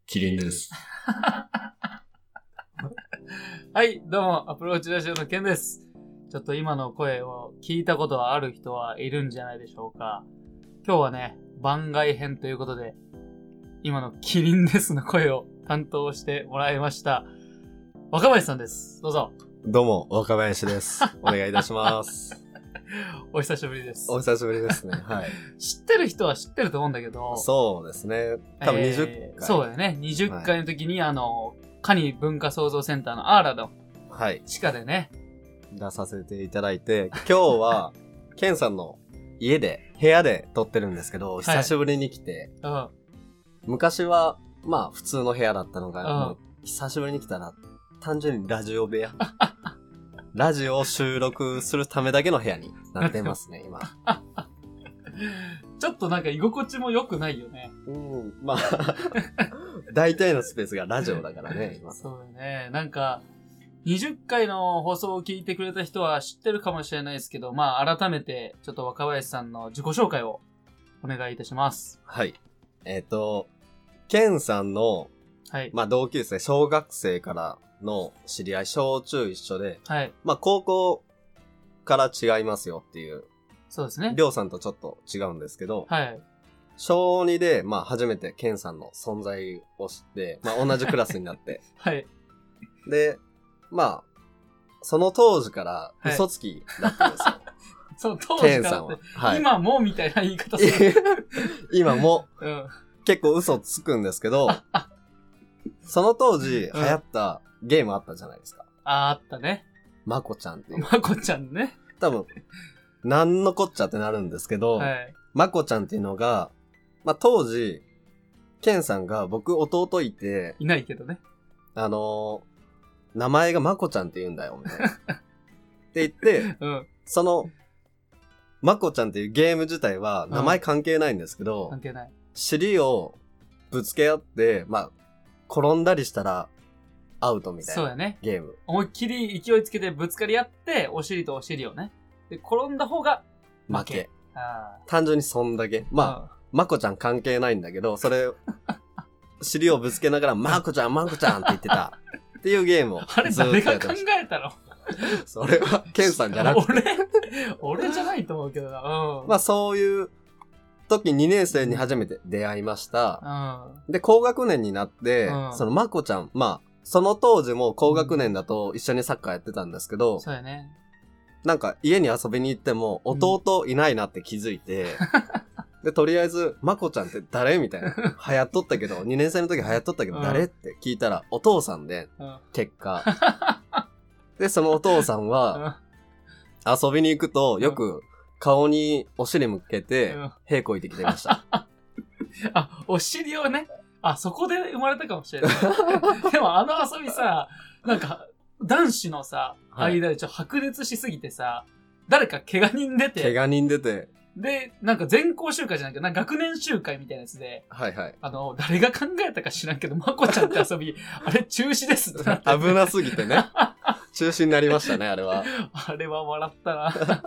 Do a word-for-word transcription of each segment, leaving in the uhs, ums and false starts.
キリンです。 はい、どうも、アプローチラジオのケンです。ちょっと今の声を聞いたことがある人はいるんじゃないでしょうか。今日はね、番外編ということで、今のキリンですの声を担当してもらいました。若林さんです。どうぞ。 どうも、若林です。お願いいたします。 お久しぶりです。 お久しぶりですね。はい。 知ってる人は知ってると思うんだけど。 そうですね。多分にじゅっかい。 えー、そうだよね。にじゅっかいの時に、はい、あの、カニ文化創造センターのアーラの地下でね、 はい、出させていただいて、今日は、ケンさんの家で、部屋で撮ってるんですけど、はい、久しぶりに来て、うん、昔は、まあ、普通の部屋だったのが、うん、久しぶりに来たら、単純にラジオ部屋。ラジオを収録するためだけの部屋になってますね、今。 ちょっとなんか居心地も良くないよね。 うん、まあ、大体のスペースがラジオだからね、今。 そうだね。なんか、にじゅっかいの放送を聞いてくれた人は知ってるかもしれないですけど、まあ改めて、ちょっと若林さんの自己紹介をお願いいたします。 はい。えっと、ケンさんの、はい。まあ同級生、小学生からの知り合い、小中一緒で、はい。まあ高校から違いますよっていう。 そうですね。 りょうさんとちょっと違うんですけど、はい。小にで、まあ初めてケンさんの存在を知って、まあ同じクラスになって。はい。で、まあ、その当時から嘘つきだったんですよ。はい、 その当時からって。ケンさんは。はい。今もみたいな言い方する。 今も、うん、結構嘘つくんですけど、その当時流行ったゲームあったじゃないですか。 うん、あ、あったね。 まこちゃんっていう。 まこちゃんね。 多分、なんのこっちゃってなるんですけど、はい、まこちゃんっていうのが、まあ、当時、ケンさんが僕弟いて、 いないけどね。 あのー、名前がまこちゃんって言うんだよ、みたいな。って言って、うん、その、まこちゃんっていうゲーム自体は名前関係ないんですけど、うん、 関係ない。 尻をぶつけ合って、まあ、転んだりしたらアウトみたいな。そうやね。ゲーム。 思いっきり勢いつけてぶつかり合って、お尻とお尻をね。で、転んだ方が負け。負け。 あ、単純にそんだけ。まあ、まこちゃん関係ないんだけど、それ、尻をぶつけながら、まこちゃん、まこちゃんって言ってた。っていうゲームをあれ誰が考えたの？ それは、ケンさんじゃなくて。 俺俺じゃないと思うけどな。うん。 まあそういう時にねん生に初めて出会いました。うん。で、高学年になって、うん、そのまこちゃん、まあ、その当時も高学年だと一緒にサッカーやってたんですけど、うん、 そうやね。 なんか家に遊びに行っても弟いないなって気づいて、うん、で、とりあえず、まこちゃんって誰みたいな。流行っとったけど、にねん生の時流行っとったけど、誰、うん、って聞いたら、お父さんで、うん、結果。で、そのお父さんは、遊びに行くと、よく顔にお尻向けて、屁こいてきてました。 あ、お尻をね、あ、そこで生まれたかもしれない。でもあの遊びさ、なんか、男子のさ、間でちょっと白熱しすぎてさ、誰か怪我人出て。 怪我人出て。 で、なんか全校集会じゃなくて、なんか学年集会みたいなやつで、はいはい。あの、誰が考えたか知らんけど、まこちゃんって遊び、あれ中止ですってなって、 危なすぎてね。中止になりましたね、あれは。 あれは笑ったな。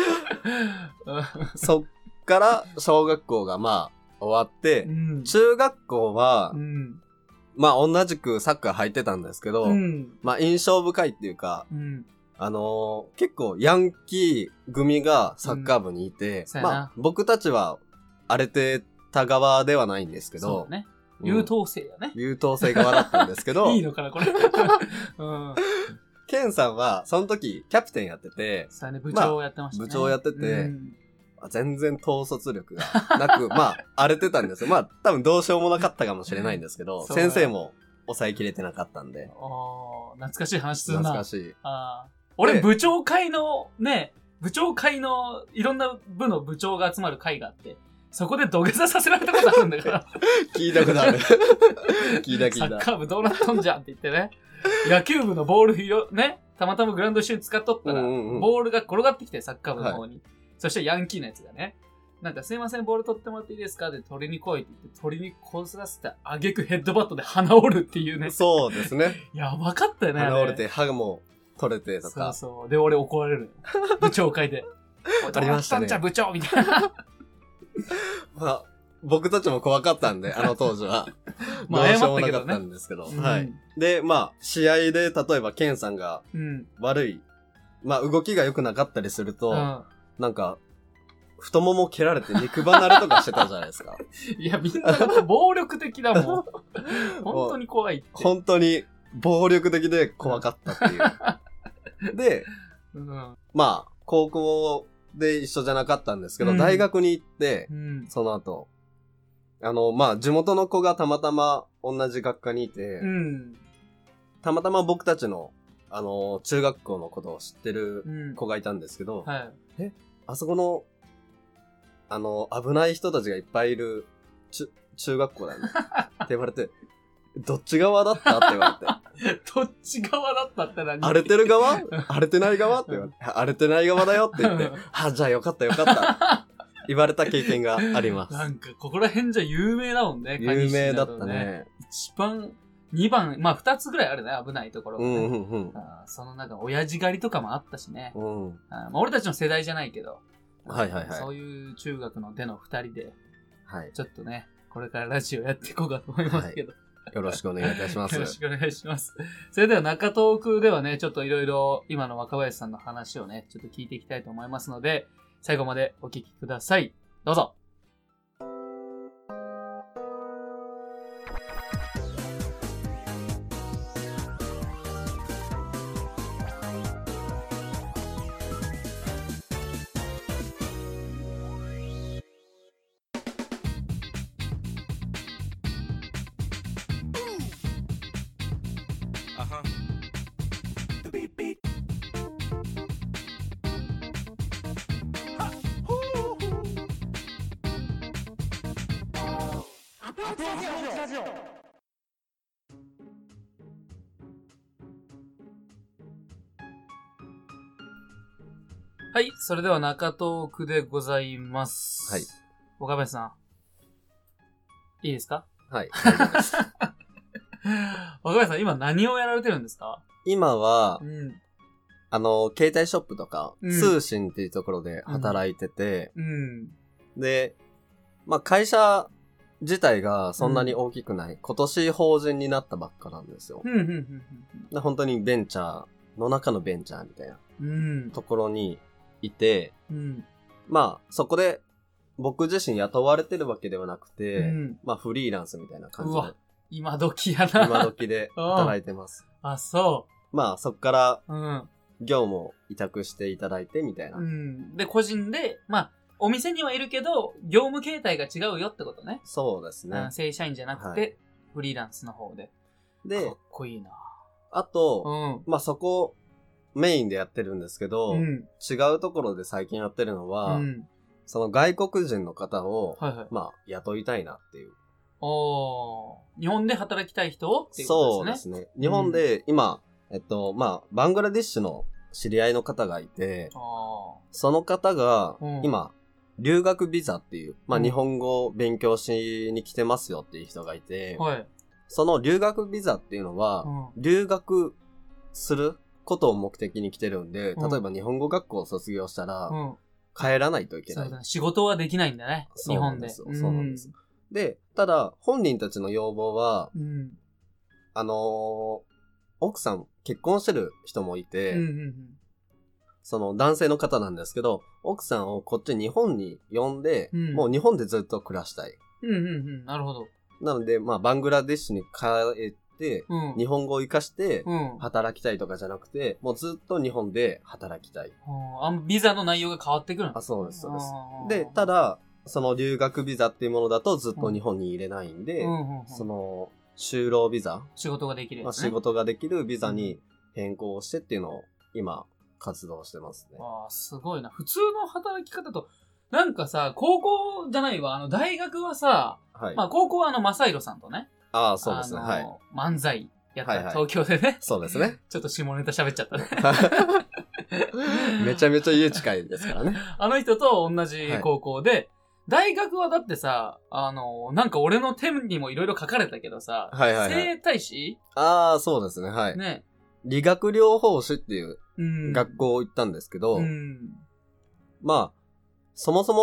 そっから小学校がまあ終わって、うん、中学校は、うん、まあ同じくサッカー入ってたんですけど、うん、まあ印象深いっていうか、うん、あのー、結構ヤンキー組がサッカー部にいて、うん、まあ僕たちは荒れてた側ではないんですけど、 そうね。優等生やね。 優等生側だったんですけど、 いいのかなこれ。うん、 ケンさんはその時キャプテンやってて、 そうね、部長をやってましたね。 まあ、部長やってて、うん、全然統率力がなく、まあ荒れてたんですよ。まあ多分どうしようもなかったかもしれないんですけど、先生も抑えきれてなかったんで。 あ、懐かしい話するな。 懐かしい。 あ、俺、部長会のね、部長会のいろんな部の部長が集まる会があって、そこで土下座させられたことあるんだから。 聞いたことある。聞いた聞いた。 サッカー部どうなっとんじゃんって言ってね。野球部のボール拾ね、たまたまグラウンド一緒に使っとったら、うんうんうん、ボールが転がってきて、サッカー部の方に。はい、そしてヤンキーのやつがね、なんかすいません、ボール取ってもらっていいですかって取りに来いって言って、取りにこすらせたあげくヘッドバットで鼻折るっていうね。 そうですね。 やばかったよね。 鼻折れて、歯も取れてとか。 そうそう。で、俺怒られる。部長会で。 ありましたね。 部長みたいな。 まあ、 僕たちも怖かったんで、あの当時は。 まあどうしようも謝ったけどねなかったんですけど。 うんはい。で、まあ、試合で、例えば、ケンさんがうん。 悪い、まあ、動きが良くなかったりすると、 うん。 なんか、太もも蹴られて肉離れとかしてたじゃないですか。 いや、みんな暴力的だもん。本当に怖いって。 本当に暴力的で怖かったっていう。で、 うん。 まあ、高校で一緒じゃなかったんですけど、 うん大学に行って、 うん。 その後、あの、まあ、地元の子がたまたま同じ学科にいて、 うん。 たまたま僕たちの、あの、中学校のことを知ってるうん。 子がいたんですけど、 はい。 あそこの、あの、危ない人たちがいっぱいいる、ちゅ中学校だよね。って言われて、どっち側だったって言われて。 どっち側だったって何荒れてる側荒れてない側って言われて。荒れてない側だよって言って、あ、じゃあよかったよかった。言われた経験があります。 なんか、ここら辺じゃ有名だもんね。 有名だっ蟹市たね。 一番、二番、まあ二つぐらいあるね、危ないところがね。 うんうんうん。 あーそのなんか、親父狩りとかもあったしね。 うん。 あーまあ、俺たちの世代じゃないけど。 はいはいはいそういう中学の手の二人で、 はい。 ちょっとね、これからラジオやっていこうかと思いますけど。 よろしくお願いいたします。 よろしくお願いします。それでは中東区ではね、ちょっといろいろ今の若林さんの話をね、ちょっと聞いていきたいと思いますので、最後までお聞きください。どうぞ。はい、それでは中東区でございます。 はい。 若林さん。いいですか？ はい。大丈夫です。 若林さん、今何をやられてるんですか？ 今はう、ん。 あの、携帯ショップとか、 うん通信っていうところで働いてて、 うん。 で、まあ会社自体がそんなに大きくない、今年法人になったばっかなんですよ。 うん、うん、うんで本当にベンチャーの中のベンチャーみたいなうん。うん。 ところにいて、 うん。 まあそこで僕自身雇われてるわけではなくて、 うんまあフリーランスみたいな感じうわ今時やな。 で、今時で働いてます。 あ、そまあそこからう。うん。 業務を委託していただいてみたいな。 うん。で、個人で、まあ、お店にはいるけど、業務形態が違うよってことね。 そうですねうん。正社員じゃなくて、 はいフリーランスの方で。 でかっ、こいいな。 あと、 うん。 まあそこメインでやってるんですけど、 うん。 違うところで最近やってるのは、 うん。 その外国人の方を、 はいはい。 まあ雇いたいなっていう。 おー。日本で働きたい人をっていうことそうでね。 ですすね。日本で今、えっと、まあ、バングラディッシュの知り合いの方がいて、 あその方がうん今、留学ビザっていう、まあうん日本語を勉強しに来てますよっていう人がいて、 あ。はい。 その留学ビザっていうのは、 うん。 留学することを目的に来てるんで、 うん例えば日本語学校を卒業したら、 うん。 帰らないといけない。 そうだね。仕事はできないんだね。 そう日本で。 なんですよそうなんです。で、ただ、本人たちの要望は、 うん。 あのー奥さん、結婚してる人もいて、 うん。うん。うん。 その男性の方なんですけど、奥さんをこっち日本に呼んで、 うんもう日本でずっと暮らしたい。 うん。うん。うん。なるほど。 なので、まあ、バングラディッシュに帰って、 うん。 日本語を活かして、 うん。 働きたいとかじゃなくて、もうずっと日本で働きたい。 あんビザの内容が変わってくるのあ、そうです、そうです。 あーで、ただ、その留学ビザっていうものだとずっと日本に入れないんで、 うんうんうん、 その、就労ビザ、 仕事ができるまあ、 やつね。 仕事ができるビザに変更してっていうのを今、活動してますね。 わあ、すごいな。普通の働き方と、なんかさ、高校じゃないわ、あの、大学はさ、 はい。 まあ、高校はあの、マサイロさんとね、 ああ、そうですね。 あのはい。 漫才やった、 はいはい東京でね。 そうですね。 ちょっと下ネタ喋っちゃったね。 めちゃめちゃ家近いですからね。 あの人と同じ高校で、大学はだってさ、あの、なんか俺の手にもいろいろ書かれたけどさ、 はいはいはい整体師ああ、そうですね。はい。 ね。 理学療法士っていううん。 学校行ったんですけど、 うん。 まあ、そもそも、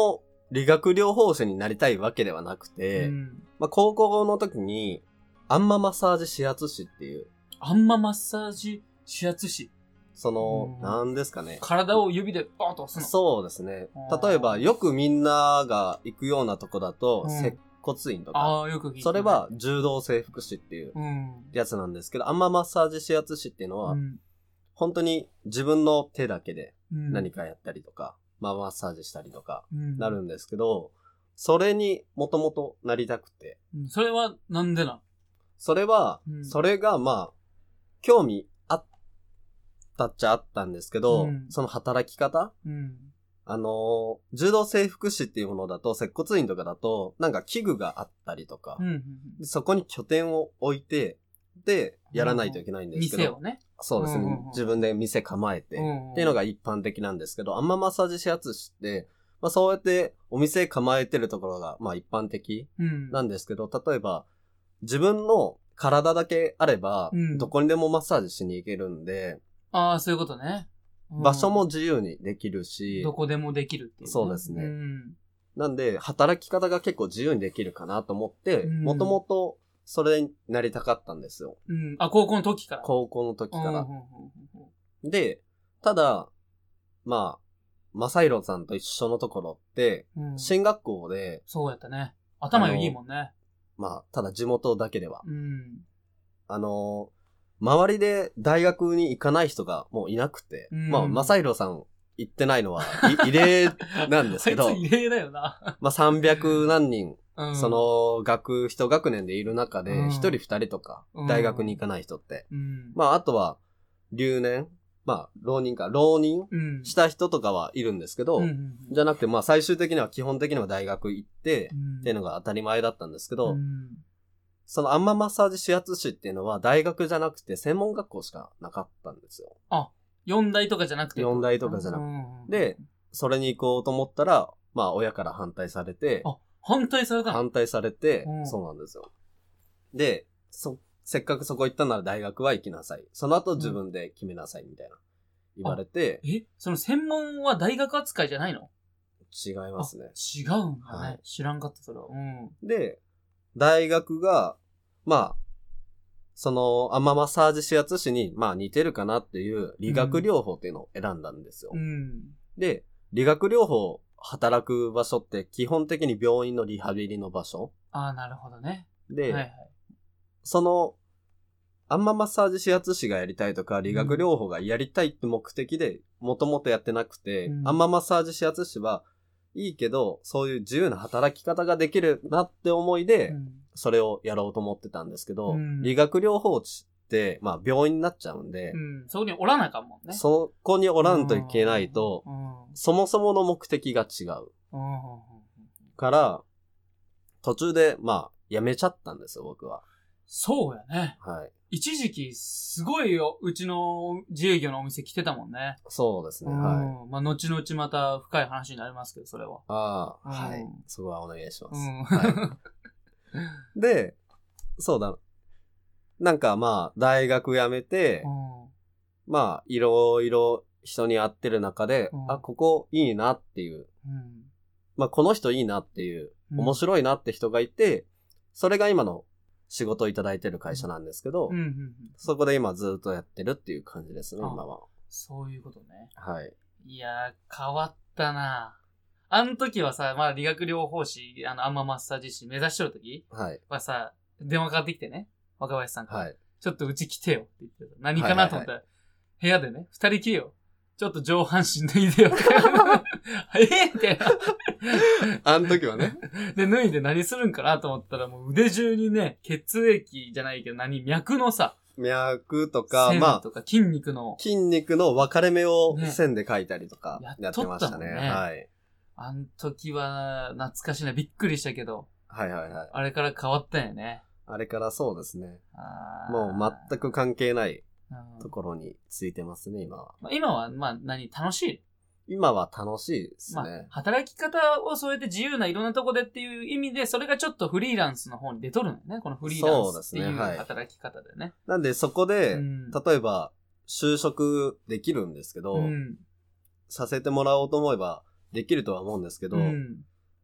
理学療法士になりたいわけではなくて、 うん、 まあ、高校の時に、アンママッサージ指圧師っていう、 アンママッサージ指圧師。 その、 うんなんですかね。 体を指でバーンと押すの。 そうですねあ。ー例えば、よくみんなが行くようなとこだと、 うん接骨院とか、 ああ、よく聞いた、ね。 それは柔道整復師っていううん、 やつなんですけど、アンママッサージ指圧師っていうのは、 うん、 本当に自分の手だけでうん、 何かやったりとか、まあマッサージしたりとか、 うん、 なるんですけど、それにもともとなりたくて、 うん。それはなんでなそれは、 うんそれがまあ、興味あったっちゃあったんですけど、 うんその働き方うん。 あのー、柔道整復師っていうものだと、接骨院とかだと、なんか器具があったりとか、 うんうんでそこに拠点を置いて、で、やらないといけないんうん。 ですけど、 店をね。 そうですね、 うんうんうん自分で店構えて、 うんっていうのが一般的なんですけど、アンママッサージ指圧師って、まあそうやってお店構えてるところが、まあ一般的うん。 なんですけど、例えば、自分の体だけあれば、 うんどこにでもマッサージしに行けるんで、 ああ、そういうことね。うん場所も自由にできるし、 どこでもできるっていう、ね。 そうですねん。 なんで、働き方が結構自由にできるかなと思って、 うんもともとそれになりたかったんですよ。 うん。あ、高校の時から。 高校の時から。 うんうんうんうんで、ただ、まあ、マサイロさんと一緒のところって、 うん。 進学校で、 そうやったね。頭いいもんね。 まあ、ただ地元だけでは、 うん。 あのー、周りで大学に行かない人がもういなくて、 うんまあ、マサイロさん行ってないのはい異例なんですけどあ、いつ異例だよな。 まあ、さんびゃくなんにん、 うん。 そ、の学、一学年でいる中で、 うん一人二人とかうん、 大学に行かない人って。 うん。 まあ、あとは、留年まあ、浪人か、浪人うん。 した人とかはいるんですけど、 うんうんうん。 じゃなくて、まあ、最終的には基本的には大学行って、 うんっていうのが当たり前だったんですけど、 うんそのアンママッサージ指圧師っていうのは大学じゃなくて専門学校しかなかったんですよ。 四大とかじゃなくて。 四大とかじゃなくてくで、それに行こうと思ったら、まあ、親から反対されて、 あ、反対されたの。 反対されてう、んそうなんですよ。で、そ、せっかくそこ行ったなら大学は行きなさい。その後自分で決めなさいみたいな。言われて、 え、その専門は大学扱いじゃないの？ 違いますね。 違うんだね。 はい知らんかった、それは。うん。 で、大学が、まあ、その、アンママッサージ指圧師に、まあ似てるかなっていう理学療法っていうのを選んだんですよ。 うん。 で、理学療法働く場所って基本的に病院のリハビリの場所ああ、なるほどね。 で、 はいはい。 その、アンママッサージ指圧師がやりたいとか、理学療法がやりたいって目的で、もともとやってなくて、 うんアンママッサージ指圧師はいいけど、そういう自由な働き方ができるなって思いで、 うんそれをやろうと思ってたんですけど、 うん理学療法士って、まあ病院になっちゃうんで、 うん。そこにおらなあかんもんね。 そこにおらんといけないと、 うん。 そもそもの目的が違ううん。うんから、途中で、まあ、やめちゃったんですよ、僕は。 そうやね。 はい。 一時期、すごいよ。うちの自営業のお店来てたもんね。 そうですね、 うんはい。 まあ、後々また深い話になりますけど、それは。 ああ、 うんはい。そこはお願いします。 うん。 はい。で、そうだ。なんかまあ、大学辞めて、 うんまあ、いろいろ人に会ってる中で、 うんあ、ここいいなっていう、 うんまあ、この人いいなっていう、 うん面白いなって人がいて、それが今の仕事をいただいてる会社なんですけど、 うんうんうん。 そこで今ずっとやってるっていう感じですね、 あ今は。 そういうことね。 はい。 いやー、変わったなあの時はさ、まあ理学療法士、あの、アンママッサージ師目指しとる時はい。 はさ、電話かかってきてね。若林さんから。 はい。 ちょっとうち来てよって言ってた。何かなと思ったら、部屋でね、二人来てよ。ちょっと上半身脱いでよって。えみたいな。 あの時はね。 で、脱いで何するんかなと思ったら、もう腕中にね、血液じゃないけど何、脈のさ、 脈とか、 線まあ、 とか筋肉の、 筋肉の分かれ目をね線で描いたりとかやっやってましたね。 とったもんねはい。 あの時は懐かしいな、びっくりしたけど、 はいはいはい。 あれから変わったんよね。 あれからそうですね。 あーもう全く関係ないうんところについてますね、今は。 まあ、今は、まあ何、楽しい。 今は楽しいですまあね。、 働き方をそうやって自由ないろんなとこでっていう意味で、それがちょっとフリーランスの方に出とるのよね。このフリーランスっていうそうですねはい働き方でね。 なんでそこで、 うん例えば、就職できるんですけど、 うん。 させてもらおうと思えばできるとは思うんですけど、 うん。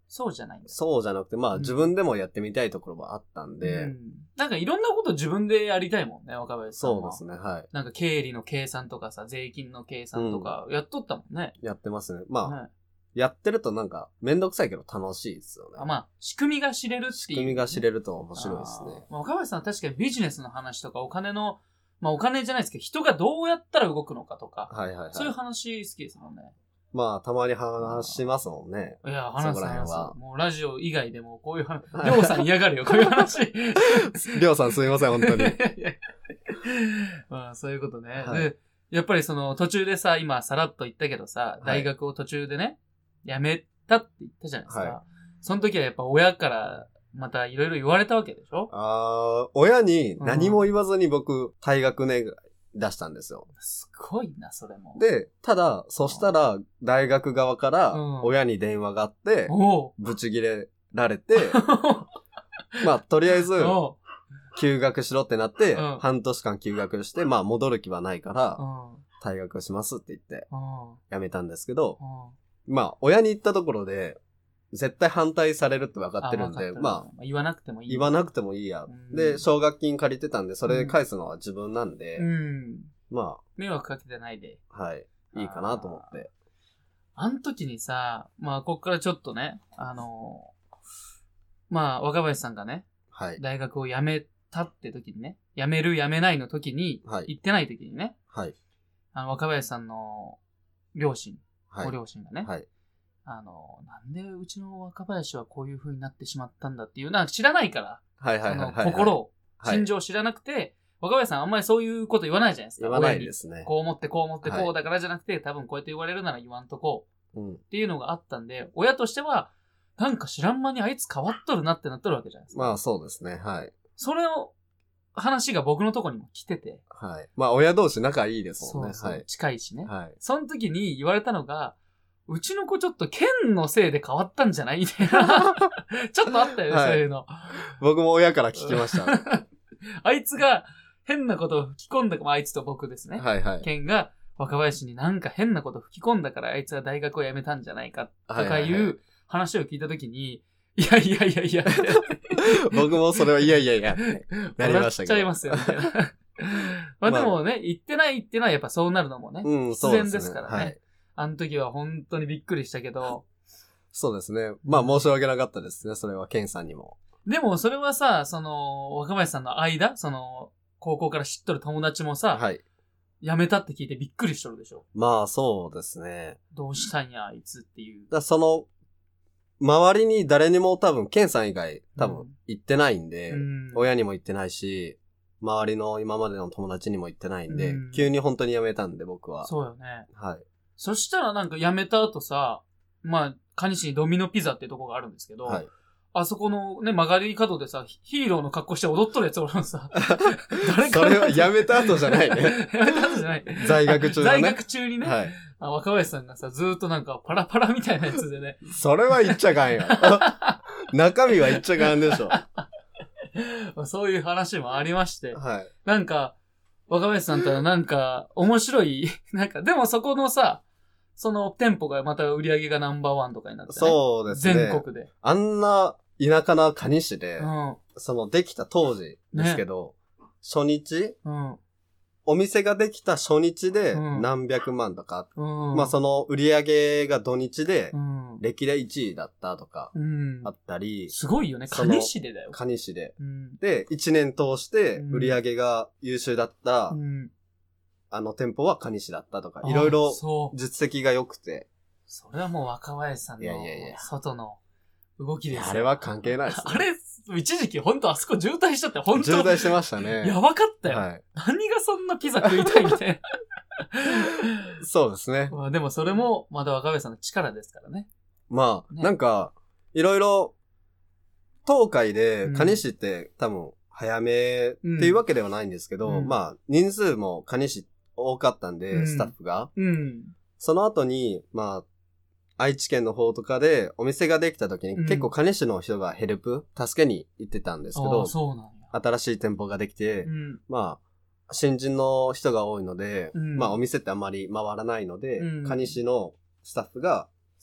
そうじゃないんだ。 そうじゃなくて、まあ、 うん自分でもやってみたいところはあったんで、 うん、なんかいろんなこと自分でやりたいもんね、若林さんは。 そうですね、はい。 なんか経理の計算とかさ、税金の計算とかやっとったもんね。 やってますね。まあ、 ね、 やってるとなんか、めんどくさいけど楽しいですよね。 あ、まあ、仕組みが知れるっていう、ね。 仕組みが知れると面白いですね。 まあ、若林さんは確かにビジネスの話とかお金の、まあお金じゃないですけど、人がどうやったら動くのかとか、 はいはいはい。 そういう話好きですもんね。 まあ、たまに話しますもんね。 いや、話す話す。 はもうラジオ以外でもこういう話、りょうさん嫌がるよ、こういう話。 りょうさんすいません、本当に。 まあ、そういうことね、 はい。 で、やっぱりその途中でさ、今さらっと言ったけどさ、 はい大学を途中でね、辞めたって言ったじゃないですか。 はいその時はやっぱ親からまたいろいろ言われたわけでしょ？ あー、親に何も言わずに僕、退学願い出したんですよ。 すごいな、それも。 で、ただ、そしたら、大学側からうん、 親に電話があって、 おうブチ切れられて、まあ、とりあえず、 おう休学しろってなって、 うん半年間休学して、まあ、戻る気はないからう、ん退学しますって言って、 うん辞めたんですけど、 うんまあ、親に言ったところで、絶対反対されるって分かってるんで、 あまあ、 言わなくてもいい。 言わなくてもいいや。 うんで、奨学金借りてたんで、それ返すのは自分なんで、 うん。 ま迷惑かけてないで。 あ、はい、いいかなと思って。 あの時にさ、まあ、こっからちょっとね、あのーまあ、若林さんがね、 はい。 大学を辞めたって時にね、辞める辞めないの時に、 はい行ってない時にね、 はい。 あの、若林さんの両親、 はい。 ご両親がね、 はい。 あの、なんでうちの若林はこういう風になってしまったんだっていう、なんか知らないから、 はいはいあのはいはい。 心を、 はい心情を知らなくて、若林さんあんまりそういうこと言わないじゃないですか。 言わない親にですね。 こう思ってこう思ってはいこうだからじゃなくて、多分こうやって言われるなら言わんとこううん。 っていうのがあったんで、親としては、なんか知らん間にあいつ変わっとるなってなっとるわけじゃないですか。 まあそうですね。はい。 それを、話が僕のとこにも来てて。 はい。まあ親同士仲いいですもんね。 そうそう、 はい。 近いしね。 はい。 その時に言われたのが、うちの子ちょっと剣のせいで変わったんじゃないみたいな。ちょっとあったよね、 はいそういうの。 僕も親から聞きました。 あいつが変なことを吹き込んだ、まあ、あいつと僕ですね。 はいはい。 剣が若林になんか変なこと吹き込んだからあいつは大学を辞めたんじゃないかとかはいはいはいう話を聞いた時に、いやいやいやいや、 僕もそれはいやいやいやってなりましたけど。 笑っちゃいますよ、みたいな。まあでもね、言ってないっていうのはやっぱそうなるのもね、 うん、 必そうですね。 然ですからね。 はい。 あの時は本当にびっくりしたけど、 そうですね。まあ申し訳なかったですね。それはケンさんにも。 でもそれはさ、その、若林さんの間、その、高校から知っとる友達もさ、 はい。 辞めたって聞いてびっくりしとるでしょ。 まあそうですね。 どうしたんや、あいつっていう。 だからその、周りに誰にも多分、ケンさん以外多分うん行ってないんで、 うん親にも行ってないし、周りの今までの友達にも行ってないんで、 うん急に本当に辞めたんで僕は。 そうよね。 はい。 そしたらなんか辞めた後さ、まあ、蟹市にドミノピザっていうとこがあるんですけど、 はい。 あそこのね、曲がり角でさ、ヒヒーローの格好して踊っとるやつおるのさ、誰それは辞めた後じゃないね。 辞めた後じゃない。 在学中のね。 在学中にね、 はい。 あ若林さんがさ、ずーっとなんかパラパラみたいなやつでね、 それは言っちゃかんよ。中身は言っちゃかんでしょ。 まあそういう話もありまして、 はい。 なんか、若林さんとはなんか、面白い、なんか、でもそこのさ、その店舗がまた売り上げがナンバーワンとかになって、ね、 そうですね。 全国で。 あんな田舎な蟹市で、 うん。 そのできた当時ですけど、初日うん。 お店ができた初日でうん何百万とか、 うん。 まあその売り上げが土日でうん。 歴代いちいだったとかうんあ。ったり、 すごいよね。 その蟹市でだよ。 蟹市で。 うん。 で、いちねん通してうん売り上げが優秀だった、 うん。 あの店舗は蟹市だったとか、 あいろいろそう。 実績が良くて、 それはもう若林さんのいやいやいや外の動きですよ。 あれは関係ないです、ね。 あれ、一時期本当あそこ渋滞しちゃって、本当渋滞してましたね。 やばかったよ。 はい。 何がそんなピザ食いたいみたいそうですね。 な。まあでもそれもまだ若林さんの力ですからね。 まあ、 ねなんか、いろいろ、東海で、 うん蟹市って多分、早めっていうわけではないんですけど、 うんまあ、人数も蟹市多かったんで、 うんスタッフが。 うん。 その後に、まあ、愛知県の方とかでお店ができた時に、 うん結構蟹市の人がヘルプ、助けに行ってたんですけああ、 ど、 そうなんや。 新しい店舗ができて、 うん。 まあ、新人の人が多いので、 うんまあお店ってあんまり回らないので、 うん蟹市のスタッフが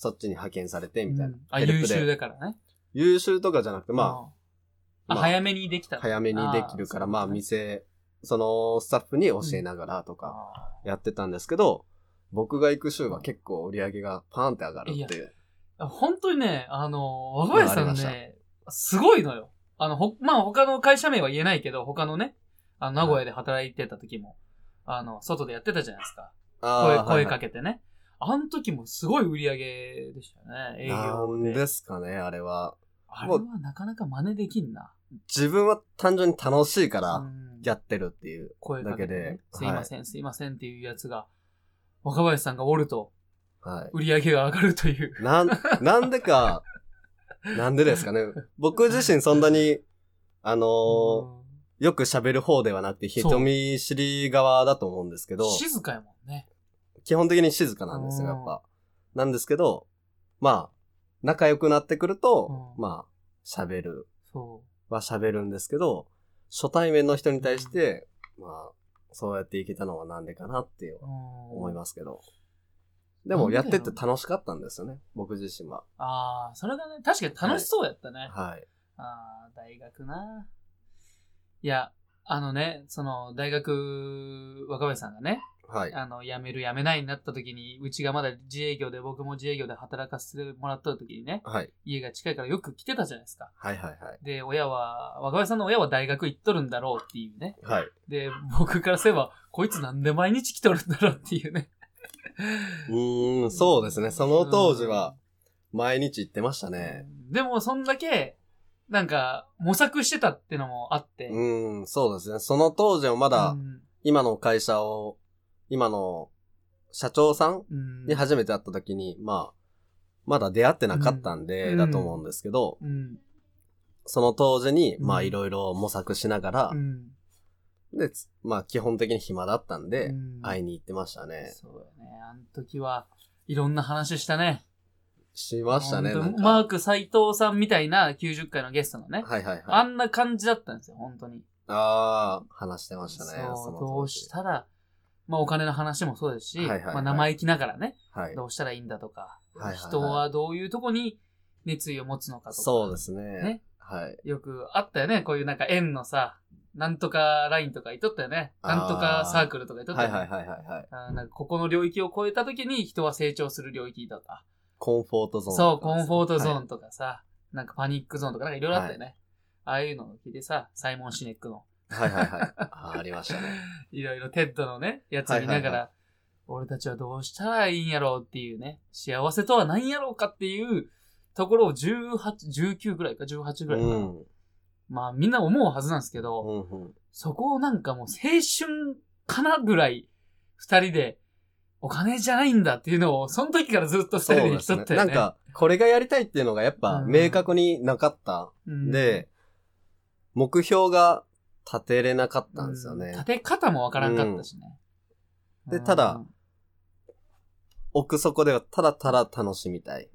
そっちに派遣されて、みたいな。 うん、あ、 ヘルプで優秀だからね。 優秀とかじゃなくて、まあ、 あ、 まあ早めにできた。 早めにできるから、まあ、店、そのスタッフに教えながらとかやってたんですけど、僕が行く週は結構売り上げがパーンって上がるっていう。 本当にね、あの、若林さんね、すごいのよ。あの、ほ、まあ、他の会社名は言えないけど、他のね、あの、名古屋で働いてた時も、はい、あの、外でやってたじゃないですか。声、声かけてね。はいはい、あの時もすごい売り上げでしたよね、営業で。 なんですかね、あれは。 あれはなかなか真似できんな。 自分は単純に楽しいからやってるっていうだけで。 声かけて、ね、すいません、はい、すいませんっていうやつが、若林さんがおると、 はい、 売り上げが上がるという。 なん、なんでか、なんでですかね。僕自身そんなに、あのー、よく喋る方ではなくて、人見知り側だと思うんですけど。 静かやもんね。 基本的に静かなんですよ、やっぱ。なんですけど、まあ、仲良くなってくると、まあ、喋る。は喋るんですけど、初対面の人に対して、まあ、そうやっていけたのはなんでかなっていう思いますけど。でも、やってて楽しかったんですよね、僕自身は。 ああ、それがね、確かに楽しそうやったね。 はい。 ああ、大学な。いや、あのね、その、大学、若林さんがね、 はい。 あの、辞める辞めないになった時に、うちがまだ自営業で、僕も自営業で働かせてもらった時にね、 はい。 家が近いからよく来てたじゃないですか。 はいはいはい。 で、親は、若林さんの親は大学行っとるんだろうっていうね。 はい。 で、僕からすれば、こいつなんで毎日来とるんだろうっていうね。 うーん、そうですね。その当時は、毎日行ってましたね。 でも、そんだけ、なんか、模索してたってのもあって。 うーん、そうですね。その当時はまだ、今の会社を、今の社長さんに初めて会った時に、うん、まあ、まだ出会ってなかったんで、だと思うんですけど、うん、その当時に、まあいろいろ模索しながら、うん、で、まあ基本的に暇だったんで、うん、会いに行ってましたね。 そうだね。あの時はいろんな話したね。 しましたね。なんかマーク斉藤さんみたいなきゅうじゅっかいのゲストのね。 はいはいはい。 あんな感じだったんですよ、本当に。 ああ、話してましたね。 そう、どうしたら、まあお金の話もそうですし、はいはいはい、まあ生意気ながらね、はい、どうしたらいいんだとか、はいはいはい、人はどういうとこに熱意を持つのかとか。 そうですね。 ね。 はい。 よくあったよね、こういうなんか円のさ、なんとかラインとか言っとったよね。なんとかサークルとか言っとったよね。 はいはいはいはい、はい。 あ、なんかここの領域を超えた時に人は成長する領域とか。 コンフォートゾーン。 そう、コンフォートゾーンとかさ、はい、なんかパニックゾーンとかなんかいろいろあったよね。はい、ああいうのを聞いてさ、サイモン・シネックの。 はいはいはい。あ, ありましたね。 いろいろテッドのね、やつ見ながら、はいはいはい、俺たちはどうしたらいいんやろうっていうね、幸せとは何やろうかっていうところをじゅうはち、じゅうきゅうぐらいかじゅうはちぐらいかな。うん、まあみんな思うはずなんですけど、うんうん、そこをなんかもう青春かなぐらい二人でお金じゃないんだっていうのをその時からずっと二人で言っとったよね。 なんかこれがやりたいっていうのがやっぱ明確になかった。うん、で、目標が立てれなかったんですよね。 うん、立て方もわからんかったしね。 うん、で、ただ、奥底ではただただ楽しみたい。 うん、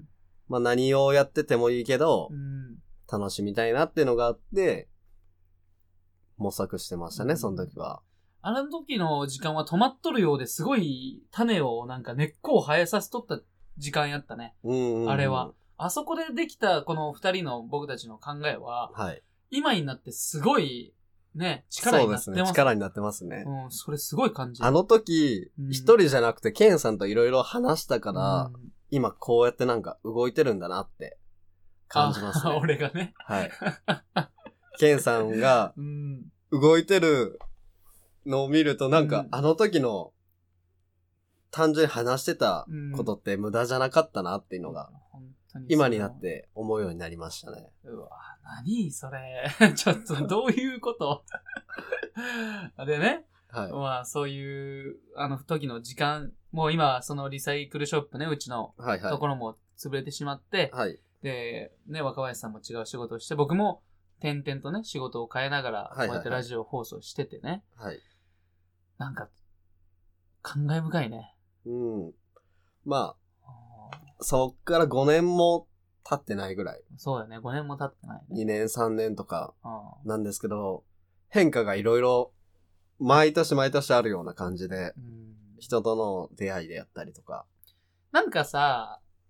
まあ何をやっててもいいけど、うん、楽しみたいなっていうのがあって、模索してましたね、その時は。 あの時の時間は止まっとるようですごい種をなんか根っこを生えさせとった時間やったね。 うんうんうん、 あれは。あそこでできたこの二人の僕たちの考えは、はい、今になってすごいね、力になってます。 そうですね、力になってますね。 うん、それすごい感じる。 あの時、一、うん、人じゃなくてケンさんといろいろ話したから、うん、今こうやってなんか動いてるんだなって感じますね。 俺がね。 はい。ケンさんが動いてるのを見るとなんか、うん、あの時の単純に話してたことって無駄じゃなかったなっていうのが、うん、今になって思うようになりましたね。 うわ、何それ。ちょっとどういうことでね、はい、まあそういうあの時の時間、もう今そのリサイクルショップね、うちのところも潰れてしまって、はいはい、で、ね、若林さんも違う仕事をして、僕も点々とね、仕事を変えながら、こうやってラジオ放送しててね。はいはいはい、なんか、感慨深いね。 うん。まあ、そっからごねんも経ってないぐらい。 そうだね、ごねんも経ってない、ね。 にねん、さんねんとかなんですけど、変化がいろいろ毎年毎年あるような感じで、うん、人との出会いであったりとか。 なんかさ、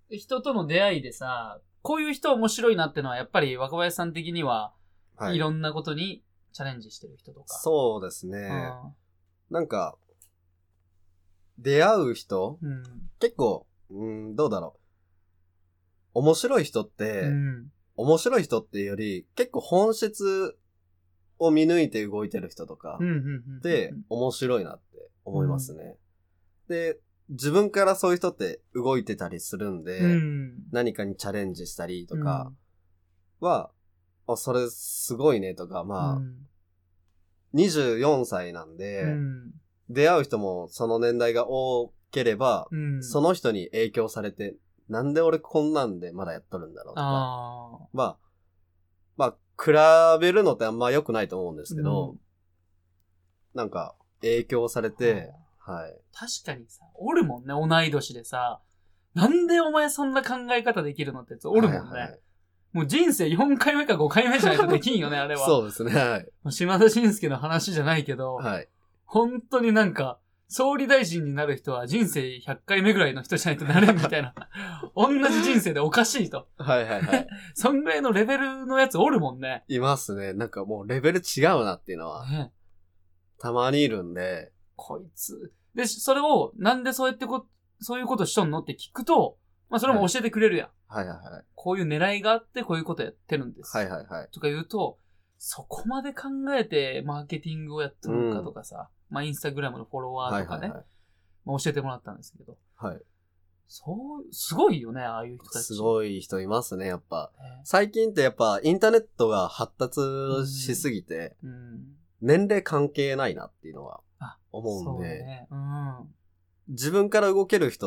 人との出会いでさ、こういう人面白いなってのは、やっぱり若林さん的には、はい、いろんなことにチャレンジしてる人とか。 そうですね。うん、なんか、出会う人、うん、結構、うん、どうだろう。面白い人って、うん、面白い人っていうより、結構本質を見抜いて動いてる人とか、で、面白いなって思いますね。うん、で、自分からそういう人って動いてたりするんで、うん、何かにチャレンジしたりとかは、うん、あ、それすごいねとか、まあ、うん、にじゅうよんさいなんで、うん、出会う人もその年代が多ければ、うん、その人に影響されて、なんで俺こんなんでまだやっとるんだろうとか、あまあ、まあ、比べるのってあんま良くないと思うんですけど、うん、なんか影響されて、はい。 確かにさ、おるもんね、同い年でさ。なんでお前そんな考え方できるのってやつおるもんね。はいはい、もう人生よんかいめかごかいめじゃないとできんよね、あれは。 そうですね、はい。 島田紳介の話じゃないけど、はい。本当になんか、総理大臣になる人は人生ひゃっかいめぐらいの人じゃないとなれんみたいな。同じ人生でおかしいと。 はいはいはい。 そんぐらいのレベルのやつおるもんね。 いますね。なんかもうレベル違うなっていうのは、ね、たまにいるんで。 こいつ。で、それを、なんでそうやってこ、そういうことしとんのって聞くと、まあそれも教えてくれるやん。 はいはいはい。 こういう狙いがあってこういうことやってるんです。 はいはいはい。 とか言うと、そこまで考えてマーケティングをやってるのかとかさ、うん、まあインスタグラムのフォロワーとかね、はいはいはい、まあ、教えてもらったんですけど。はい。そう、すごいよね、ああいう人たち。 すごい人いますね、やっぱ。最近ってやっぱインターネットが発達しすぎて、うんうん、年齢関係ないなっていうのは思うんで、ねうん、自分から動ける人って、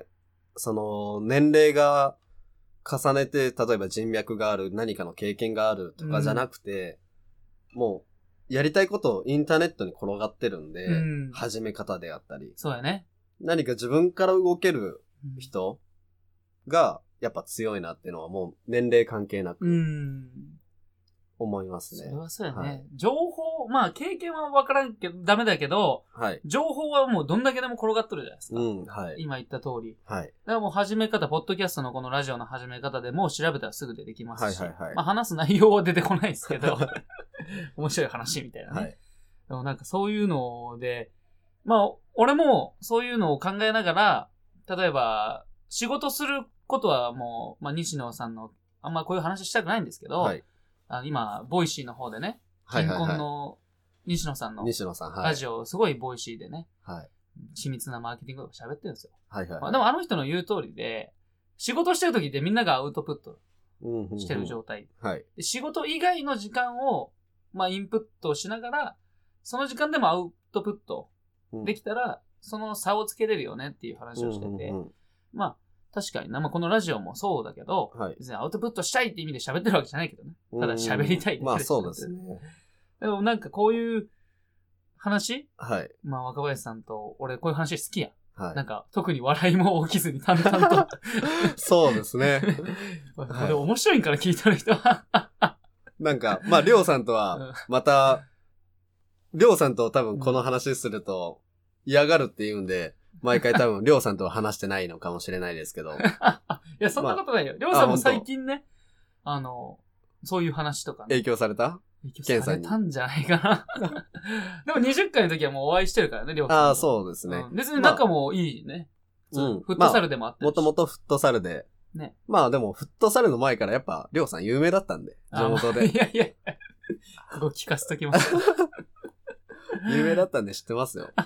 その年齢が重ねて、例えば人脈がある、何かの経験があるとかじゃなくて、うん、もうやりたいことをインターネットに転がってるんで、うん、始め方であったり。 そうやね。 何か自分から動ける人がやっぱ強いなっていうのはもう年齢関係なく思いますね。 それはそうやね。はい、情報、まあ経験は分からんけど、ダメだけど、はい、情報はもうどんだけでも転がっとるじゃないですか。うんはい、今言った通り。はい、だからもう始め方、ポッドキャストのこのラジオの始め方でもう調べたらすぐ出てきますし、はいはいはい、まあ話す内容は出てこないですけど、面白い話みたいなね。はい、でもなんかそういうので、まあ俺もそういうのを考えながら、例えば仕事することはもう、まあ西野さんの、あんまこういう話したくないんですけど、はいあの今、ボイシーの方でね、近婚の西野さんのラジオ、すごいボイシーでね、はい、緻密なマーケティングとか喋ってるんですよ。はいはいはいまあ、でもあの人の言う通りで、仕事してる時ってみんながアウトプットしてる状態。うんうんうんはい、で仕事以外の時間を、まあ、インプットしながら、その時間でもアウトプットできたら、うん、その差をつけれるよねっていう話をしてて、うんうんうん、まあ、確かにな。まあ、このラジオもそうだけど、はい、別にアウトプットしたいって意味で喋ってるわけじゃないけどね。ただ喋りたいだけで。 まあそうですね。 でもなんかこういう話はい。まあ若林さんと俺こういう話好きや。はい。なんか特に笑いも起きずに淡々と。 そうですね。 これ面白いんから聞いてる人は。 なんか、まありょうさんとは、また、りょうさんと多分この話すると嫌がるって言うんで、毎回多分、りょうさんとは話してないのかもしれないですけど。いや、そんなことないよ。りょうさんも最近ね、あの、そういう話とかね。 影響された影響されたんじゃないかな。でもにじゅっかいの時はもうお会いしてるからね、りょうさん。 ああ、そうですね、 うん。別に仲もいいね。まあ、うん。フットサルでもあって。 もともとフットサルで。ね。まあでも、フットサルの前からやっぱ、りょうさん有名だったんで、地元で。 いやいや、ここ聞かせときます。 有名だったんで知ってますよ。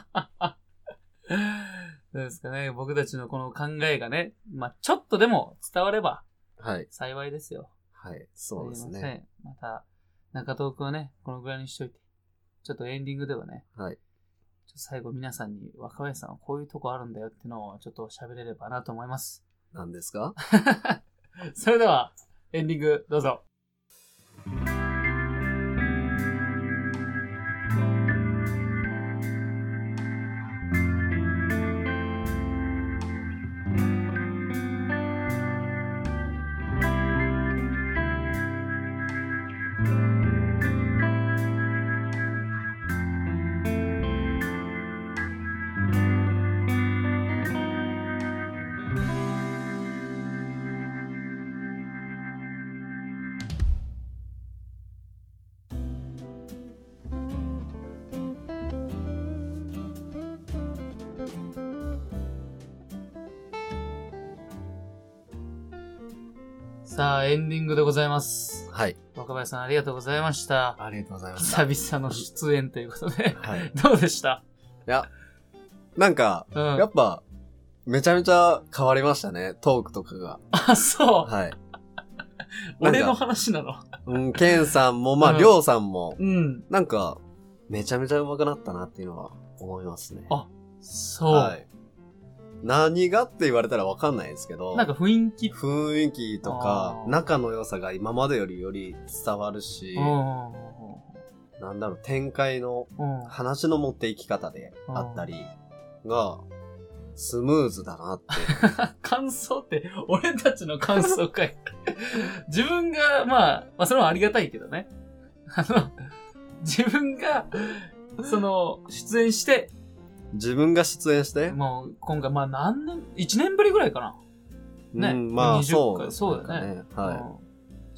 どうですかね。僕たちのこの考えがね、まあ、ちょっとでも伝われば、はい。幸いですよ。 はい。そうですね。 また、中東くんはね、このぐらいにしといて、ちょっとエンディングではね、はい。ちょっと最後皆さんに若林さんはこういうとこあるんだよっていうのをちょっと喋れればなと思います。 何ですか？ それでは、エンディングどうぞ。 さあ、エンディングでございます。 はい。 若林さんありがとうございました。 ありがとうございました。 久々の出演ということで。 はい。 どうでした？ いや、なんか、うん、やっぱ、めちゃめちゃ変わりましたね、トークとかが。 あ、そう。 はい。 俺の話なの？ うん、ケンさんも、まあ、りょうさんも、 うん。 なんか、めちゃめちゃ上手くなったなっていうのは思いますね。 あ、そう。 はい。何がって言われたらわかんないですけど。 なんか雰囲気雰囲気とか、仲の良さが今までよりより伝わるし、なんだろう、展開の、話の持っていき方であったりが、スムーズだなって。 感想って、俺たちの感想かい。自分が、まあ、まあ、それはありがたいけどね。あの、自分が、その、出演して、 自分が出演してもう、今回、まあ何年、いちねんぶりぐらいかな。ね。 うん、まあ、そう。 そうだね。 はい。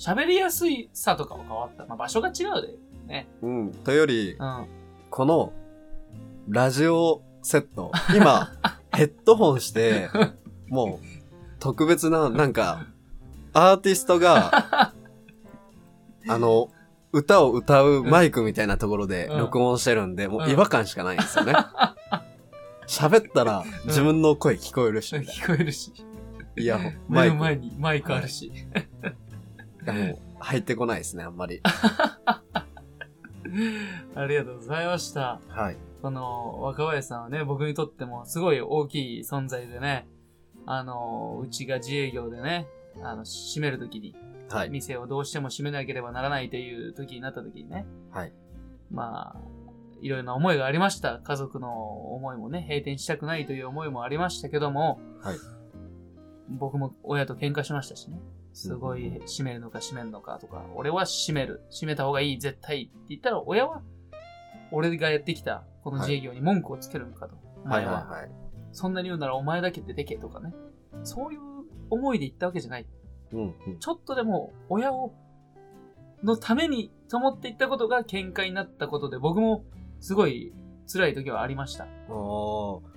喋りやすいさとかも変わった。まあ場所が違うで、ね。 うん。というより、 うん、 この、ラジオセット、今、ヘッドホンして、もう、特別な、なんか、アーティストが、あの、歌を歌うマイクみたいなところで録音してるんで、うん、もう違和感しかないんですよね。喋、うん、ったら自分の声聞こえるし。 聞こえるし。 いや、 目の前にマイクあるし。 はい、いやもう入ってこないですね、あんまり。 ありがとうございました。 はい。 この若林さんはね、僕にとってもすごい大きい存在でね、あの、うちが自営業でね、あの、閉めるときに、はい、店をどうしても閉めなければならないという時になった時にね。 はい。 まあ、いろいろな思いがありました。家族の思いもね、閉店したくないという思いもありましたけども、 はい。 僕も親と喧嘩しましたしね。すごい閉めるのか閉めるのかとか、俺は閉める。閉めた方がいい、絶対って言ったら親は、俺がやってきたこの自営業に文句をつけるのかと。 はいはいはいはい。 そんなに言うならお前だけ出てけとかね。そういう思いで言ったわけじゃない。 うんうん、 ちょっとでも親をのためにと思っていったことが喧嘩になったことで僕もすごい辛い時はありました。 ああ、はい。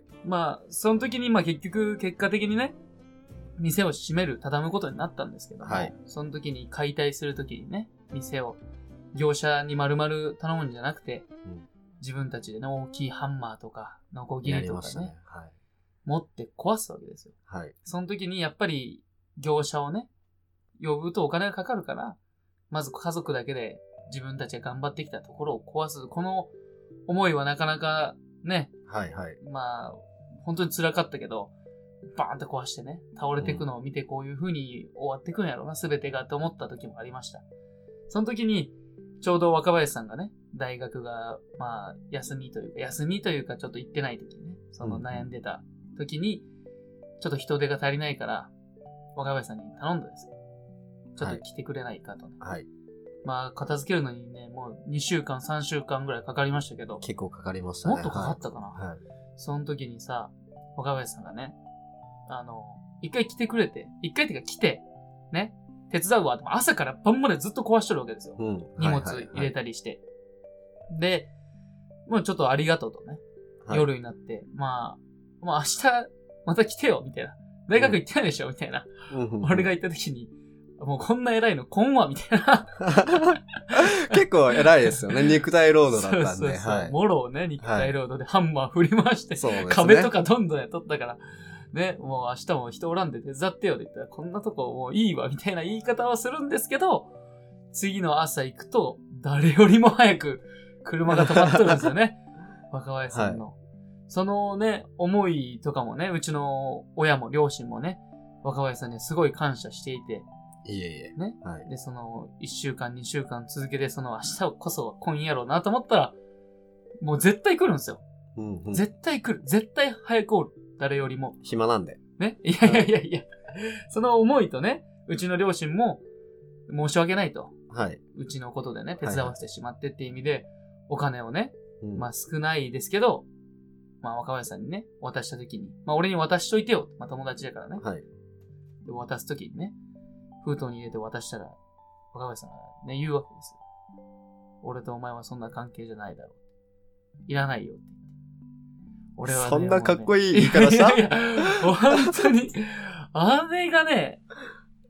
まあその時にまあ結局結果的にね店を閉める畳むことになったんですけども、 はい、 その時に解体する時にね店を業者に丸々頼むんじゃなくて、うん、自分たちでね大きいハンマーとかノコギリとか ね, ね、はい、持って壊すわけですよ。 はい、 その時にやっぱり業者をね、呼ぶとお金がかかるから、まず家族だけで自分たちが頑張ってきたところを壊す。この思いはなかなかね、 はいはい。 まあ、本当に辛かったけど、バーンと壊してね、倒れていくのを見てこういう風に終わっていくんやろうな、すべてがと思った時もありました。その時に、ちょうど若林さんがね、大学が、まあ、休みというか、休みというかちょっと行ってない時にね、その悩んでた時に、ちょっと人手が足りないから、若林さんに頼んだんですよ。ちょっと来てくれないかとね。 はい。 まあ、片付けるのにね、もうにしゅうかん、さんしゅうかんぐらいかかりましたけど。 結構かかりましたね。 もっとかかったかな。 はい。 その時にさ、若林さんがね、あの、一回来てくれて、一回っていうか来て、ね、手伝うわ。朝から晩までずっと壊してるわけですよ。 うん。 荷物入れたりして。はいはいはい、で、もうちょっとありがとうとね、はい、夜になって、まあ、もう明日また来てよ、みたいな。大学行ってないでしょ、うん、みたいな。俺が行った時に、もうこんな偉いの、こんわ、みたいな。 結構偉いですよね。肉体労働だったんで。 そうそうそう、 はい。 もろをね、肉体労働でハンマー振り回して、 そうですね、 壁とかどんどんやっとったから、ね、もう明日も人おらんで手伝ってよって言ったら、こんなとこもういいわ、みたいな言い方はするんですけど、次の朝行くと、誰よりも早く車が止まっとるんですよね。若林さんの。はい、そのね、思いとかもね、うちの親も両親もね、若林さんにすごい感謝していて。 いえいえ。 ね。 はい。 で、その、一週間、二週間続けて、その明日こそは今夜ろうなと思ったら、もう絶対来るんですよ。 うんうん、 絶対来る。絶対早くおる。誰よりも。 暇なんで。 ね。いやいやいやいや。その思いとね、うちの両親も申し訳ないと。 はい。 うちのことでね、手伝わせてしまってっていう意味で、はいはい、お金をね、うん、まあ少ないですけど、まあ若林さんにね、渡したときに、まあ俺に渡しといてよ。まあ友達だからね。 はい。 で渡すときにね、封筒に入れて渡したら、若林さんがね、言うわけですよ。俺とお前はそんな関係じゃないだろう。いらないよって言って。俺はね、 そんなかっこいい言い方した？ いやいや、本当に、あれがね、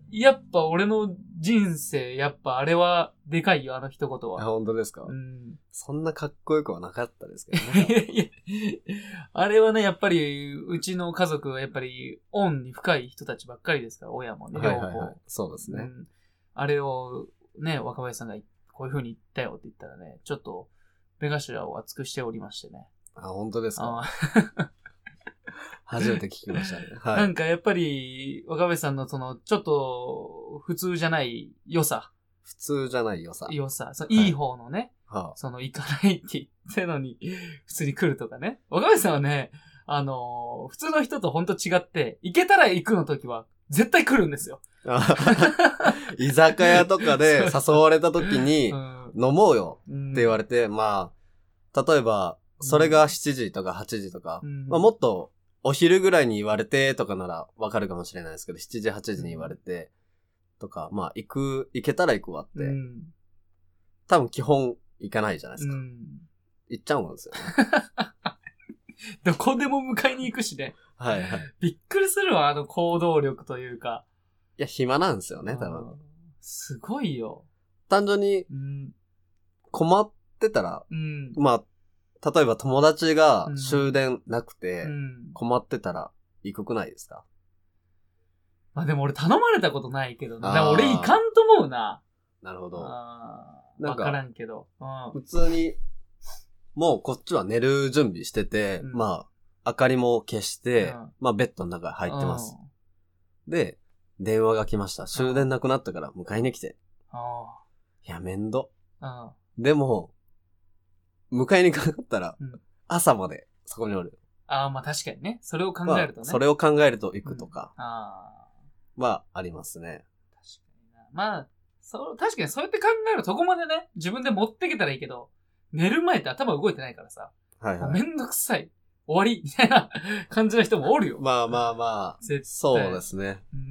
やっぱ俺の人生、やっぱあれはでかいよ、あの一言あ、 は。 本当ですか、 うん。 そんなかっこよくはなかったですけどね。 いやいやあれはね、やっぱり、うちの家族はやっぱり、恩に深い人たちばっかりですから、親もね、両方。 はいはいはい。そうですね。 うん、あれを、ね、若林さんがこういう風に言ったよって言ったらね、ちょっと、目頭を厚くしておりましてね。 あ、本当ですか。 あ初めて聞きましたね。はい。 なんかやっぱり、若林さんのその、ちょっと、普通じゃない良さ。 普通じゃない良さ。 良さ。そのいい方のね、 はあ、 その、行かないって言ってのに、普通に来るとかね。若林さんはね、あのー、普通の人とほんと違って、行けたら行くの時は、絶対来るんですよ。 居酒屋とかで誘われた時に、飲もうよって言われて、うん、まあ、例えば、それがしちじとかはちじとか、うん、まあもっとお昼ぐらいに言われてとかならわかるかもしれないですけど、しちじはちじに言われてとか、まあ行く、行けたら行くわって、うん、多分基本行かないじゃないですか。うん、行っちゃうんですよね。 どこでも迎えに行くしね。 はいはい。 びっくりするわ、あの行動力というか。 いや、暇なんですよね、多分。 すごいよ。 単純に、困ってたら、うん、まあ、例えば友達が終電なくて、困ってたら行くくないですか？ まあでも俺頼まれたことないけどね。でも俺行かんと思うな。 なるほど。 あわからんけど。 普通に、もうこっちは寝る準備してて、うん、まあ、明かりも消して、うん、まあベッドの中に入ってます。うん、で、電話が来ました。終電なくなったから迎えに来て。いや、めんど。でも、迎えにかかったら、朝までそこにおる。 ああ、まあ確かにね。それを考えるとね。 まあ、それを考えると行くとか。うん、あはありますね。 確かにな。まあ、そう、確かにそうやって考えるとそこまでね、自分で持ってけたらいいけど、寝る前って頭動いてないからさ。はいはい。めんどくさい。終わりみたいな感じの人もおるよ。 まあまあまあ。絶対。そうですね。うん。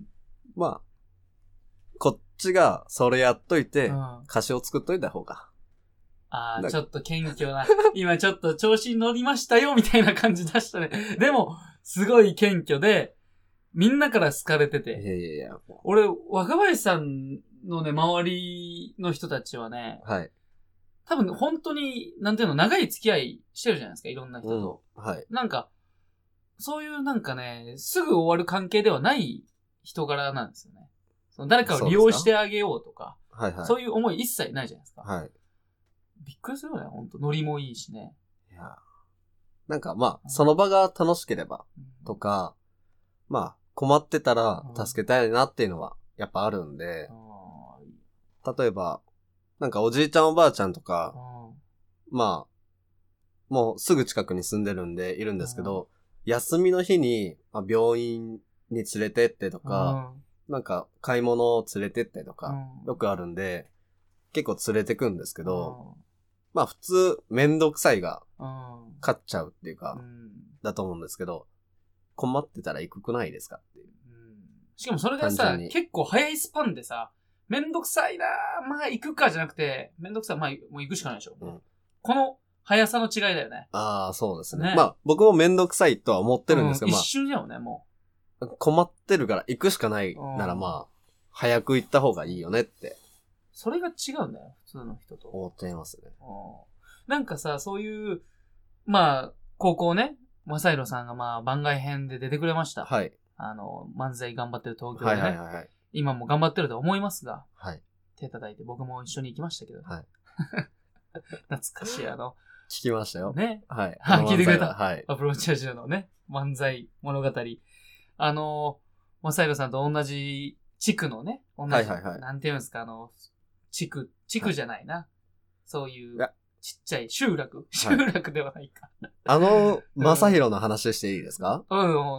まあ、こっちがそれやっといて、うん、歌詞を作っといた方が。 ああ、ちょっと謙虚な。今ちょっと調子に乗りましたよ、みたいな感じ出したね。でも、すごい謙虚で、みんなから好かれてて。 いやいやいや。 俺、若林さんのね、周りの人たちはね、はい。多分本当に、なんていうの、長い付き合いしてるじゃないですか、いろんな人と。うん、はい。なんか、そういうなんかね、すぐ終わる関係ではない人柄なんですよね。その誰かを利用してあげようとか、はいはい。そういう思い一切ないじゃないですか。はい。びっくりするよね、ほんと。ノリもいいしね。 いや。なんかまあ、その場が楽しければ、とか、うん、まあ、困ってたら助けたいなっていうのは、やっぱあるんで、うん、例えば、なんかおじいちゃんおばあちゃんとか、うん、まあ、もうすぐ近くに住んでるんでいるんですけど、うん、休みの日に、まあ、病院に連れてってとか、うん、なんか買い物を連れてってとか、うん、よくあるんで、結構連れてくんですけど、うん、まあ普通めんどくさいが勝っちゃうっていうか、うん、だと思うんですけど、困ってたら行くくないですかっていう。うん、 しかもそれがさ、結構早いスパンでさ、めんどくさいなー、まあ行くかじゃなくて、めんどくさい、まあもう行くしかないでしょ。うん、この速さの違いだよね。 ああ、そうですね。ね、まあ僕もめんどくさいとは思ってるんですけど、 うん、 まあ。 一瞬だよね、もう。困ってるから行くしかないならまあ、早く行った方がいいよねって。 それが違うんだよ、普通の人と。 思っていますね。 なんかさ、そういう、まあ、高校ね、正宏さんがまあ番外編で出てくれました。はい。あの、漫才頑張ってる東京でね。はいはいはい。今も頑張ってると思いますが。はい。手叩いて僕も一緒に行きましたけど。はい。懐かしいあの。 聞きましたよ。 ね。 はい。 聞いてくれた。はい。アプローチラジオのね、漫才物語。あの、正宏さんと同じ地区のね、同じ、はいはいはい、なんていうんですか、あの、地区、地区じゃないな。はい、そういう、ちっちゃい集落集落ではないか。 あの、正宏の話していいですか？ うん、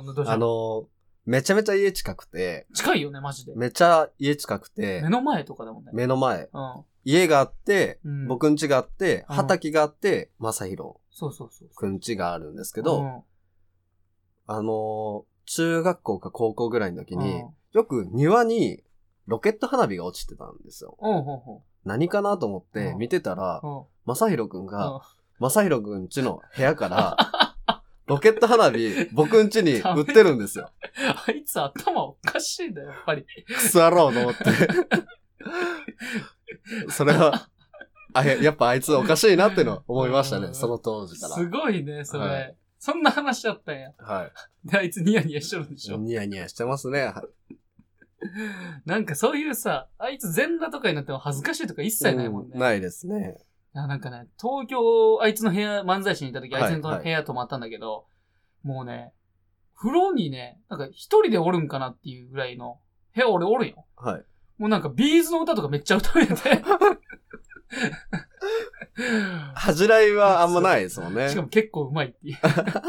うん、どうしたあの、めちゃめちゃ家近くて。 近いよね、マジで。 めちゃ家近くて。 目の前とかだもんね。 目の前。うん、家があって、うん、僕ん家があって、畑があって、正宏。 そうそうそう。 くん家があるんですけど、うん、あの、中学校か高校ぐらいの時に、うん、よく庭にロケット花火が落ちてたんですよ。うんうんうん、何かなと思って見てたら、うん、正宏くんが、うん、正宏くん家の部屋から、 ロケット花火、僕ん家に売ってるんですよ。 あいつ頭おかしいんだよ、やっぱり。 くそ野郎と思って。それは、あ、やっぱあいつおかしいなってのは思いましたね、その当時から。 すごいね、それ。 はい、 そんな話だったんや。 はい。 で、あいつニヤニヤしとるんでしょ。 ニヤニヤしてますね。はい、 なんかそういうさ、あいつ全裸とかになっても恥ずかしいとか一切ないもんね。 うん、ないですね。 なんかね、東京、あいつの部屋、漫才師にいた時、あいつのはいはい、 部屋泊まったんだけど、もうね、風呂にね、なんか一人でおるんかなっていうぐらいの、部屋俺おるんよ。 はい。 もうなんかビーズの歌とかめっちゃ歌うんやて。 恥じらいはあんまないですもんね。 しかも結構うまいっていう。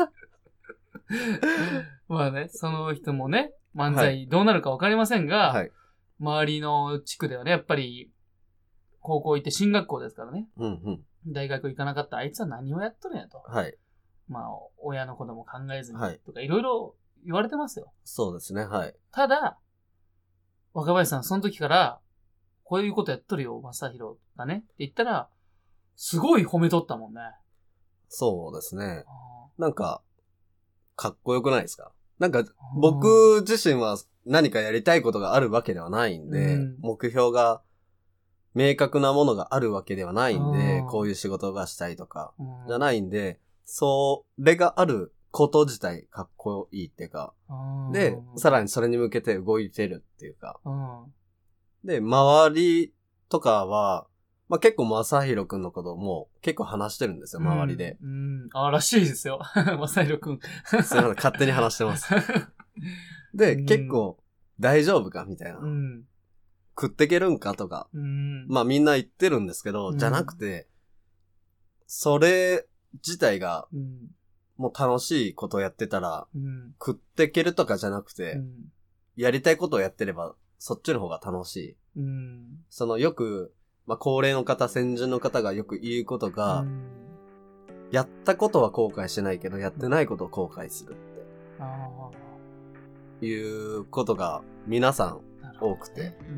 まあね、その人もね、漫才どうなるかわかりませんが、はい、周りの地区ではね、やっぱり、高校行って進学校ですからね。 うんうん、 大学行かなかったあいつは何をやっとるんやと。 はい。 まあ、親のことも考えずに、 はい、 とかいろいろ言われてますよ。 そうですね、はい。 ただ、若林さんその時から、こういうことやっとるよ、正宏がね。って言ったら、すごい褒めとったもんね。 そうですね。なんか、かっこよくないですか？なんか、僕自身は何かやりたいことがあるわけではないんで、うん、目標が明確なものがあるわけではないんで、こういう仕事がしたいとか、じゃないんで、それがあること自体かっこいいっていうか、で、さらにそれに向けて動いてるっていうか、で、周りとかは、まあ、結構正宏くんのことも結構話してるんですよ、周りで。 うん。うん、あ、らしいですよ。正宏くん。 すいません、勝手に話してます。で、うん、結構大丈夫かみたいな。うん、食ってけるんかとか。うん、まあみんな言ってるんですけど、うん、じゃなくて、それ自体が、もう楽しいことをやってたら、うん、食ってけるとかじゃなくて、うん、やりたいことをやってれば、そっちの方が楽しい。うん、そのよく、まあ、高齢の方、先人の方がよく言うことが、うん、やったことは後悔しないけど、やってないことを後悔するって。いうことが皆さん多くて。うん、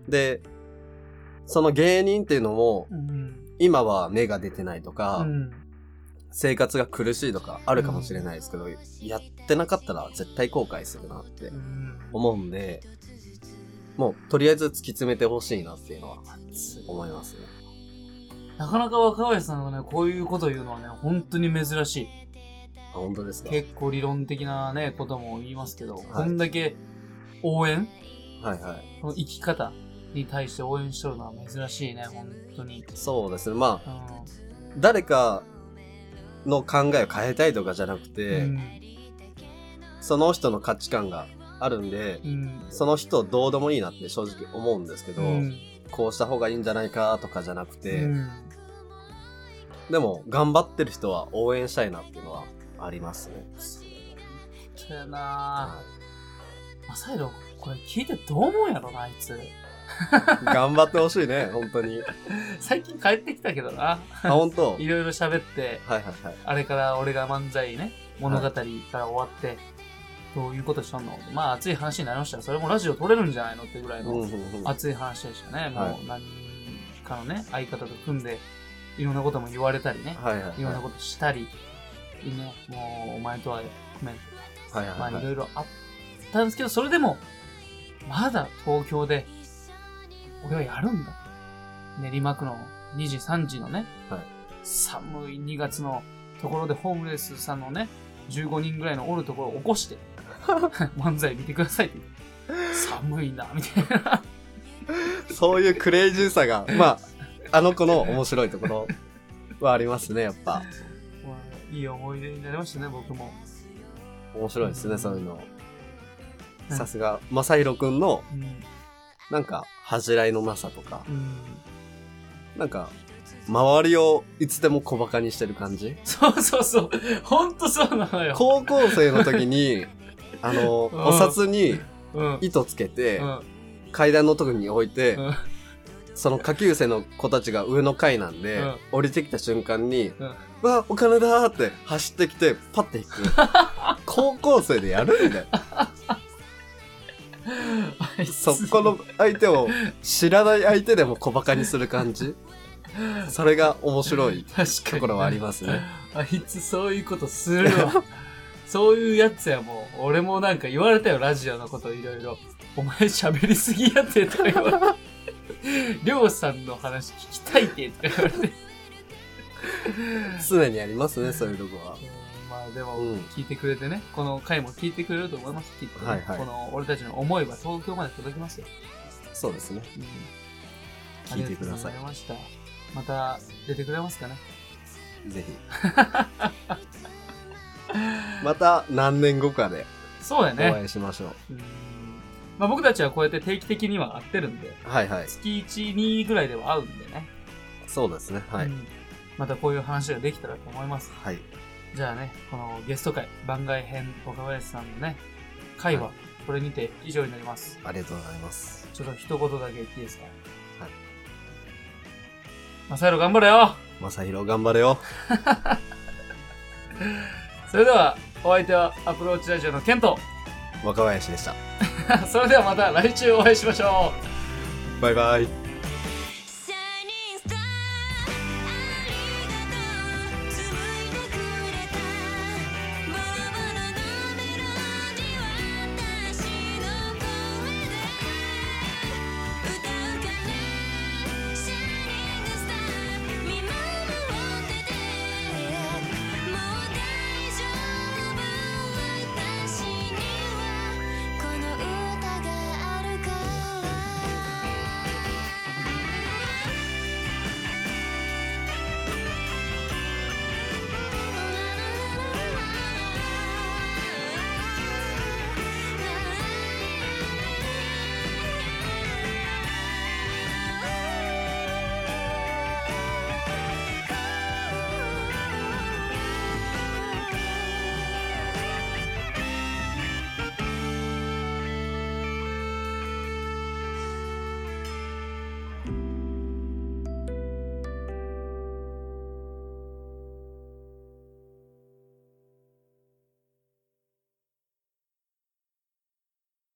で、その芸人っていうのも、うん、今は芽が出てないとか、うん、生活が苦しいとかあるかもしれないですけど、うん、やってなかったら絶対後悔するなって思うんで、もう、とりあえず突き詰めてほしいなっていうのは思いますね。 なかなか若林さんがね、こういうことを言うのはね、本当に珍しい。 あ、本当ですか？ 結構理論的なね、ことも言いますけど、はい、こんだけ応援、 はいはい。 この生き方に対して応援しとるのは珍しいね、本当に。 そうですね。まあ、うん、誰かの考えを変えたいとかじゃなくて、うん、その人の価値観があるんで、うん、その人どうでもいいなって正直思うんですけど、うん、こうした方がいいんじゃないかとかじゃなくて、うん、でも頑張ってる人は応援したいなっていうのはありますね。 そうやなぁ。正宏、これ聞いてどう思うんやろな、あいつ。 頑張ってほしいね、本当に。 最近帰ってきたけどな。 あ、本当。 いろいろ喋って、はいはいはい、あれから俺が漫才ね、物語から終わって、はい、どういうことしとんの？まあ熱い話になりましたら、それもラジオ撮れるんじゃないのってぐらいの熱い話でしたね。もう何かのね、相方と組んで、いろんなことも言われたりね、はいはいはい、いろんなことしたり、ね、もうお前とは組めんとか、はいはいはい、まあいろいろあったんですけど、それでも、まだ東京で、俺はやるんだ。練馬区のにじさんじのね、はい、寒いにがつのところでホームレスさんのね、じゅうごにんぐらいのおるところを起こして、漫才見てくださいって。寒いな、みたいな。 そういうクレイジーさが、まあ、あの子の面白いところはありますね、やっぱ。 いい思い出になりましたね、僕も。 面白いですね、うん、そういうの。さすが、正宏くんの、うん、なんか、恥じらいのなさとか、うん、なんか、周りをいつでも小馬鹿にしてる感じ？ そうそうそう。ほんとそうなのよ。 高校生の時に、あの、うん、お札に糸つけて、うん、階段のとこに置いて、うん、その下級生の子たちが上の階なんで、うん、降りてきた瞬間に、うん、うわ、お金だーって走ってきて、パッて引く。高校生でやるんだよ。そこの相手を知らない相手でも小馬鹿にする感じ。 それが面白い確かにところはありますね。 あいつそういうことするわ。そういうやつやもう。俺もなんか言われたよ、ラジオのこといろいろ。お前喋りすぎやってとか言われて。りょうさんの話聞きたいってとか言われて。 常にありますね、そういうとこは。 まあでも、 うん聞いてくれてね、この回も聞いてくれると思います、きっとね、 はいはいこの俺たちの思いは東京まで届きますよ。 そうですね。 うん聞いてくださいありがとうございました。また出てくれますかね。 ぜひ。また何年後かでおそうだね。 会いしましょう。 うんまあ、僕たちはこうやって定期的には会ってるんで、 はいはい。 月いち、にぐらいでは会うんでね。 そうですね。はい。 うんまたこういう話ができたらと思います。 はい。 じゃあね、このゲスト会、番外編若林さんのね、会はこれにて以上になります。 ありがとうございます。 ちょっと一言だけ言っていいですか。 はい。 マサイロ頑張れよ。 まさひろ頑張れよ。 それでは、お相手はアプローチラジオのケント。 若林でした。 それではまた来週お会いしましょう。 バイバイ。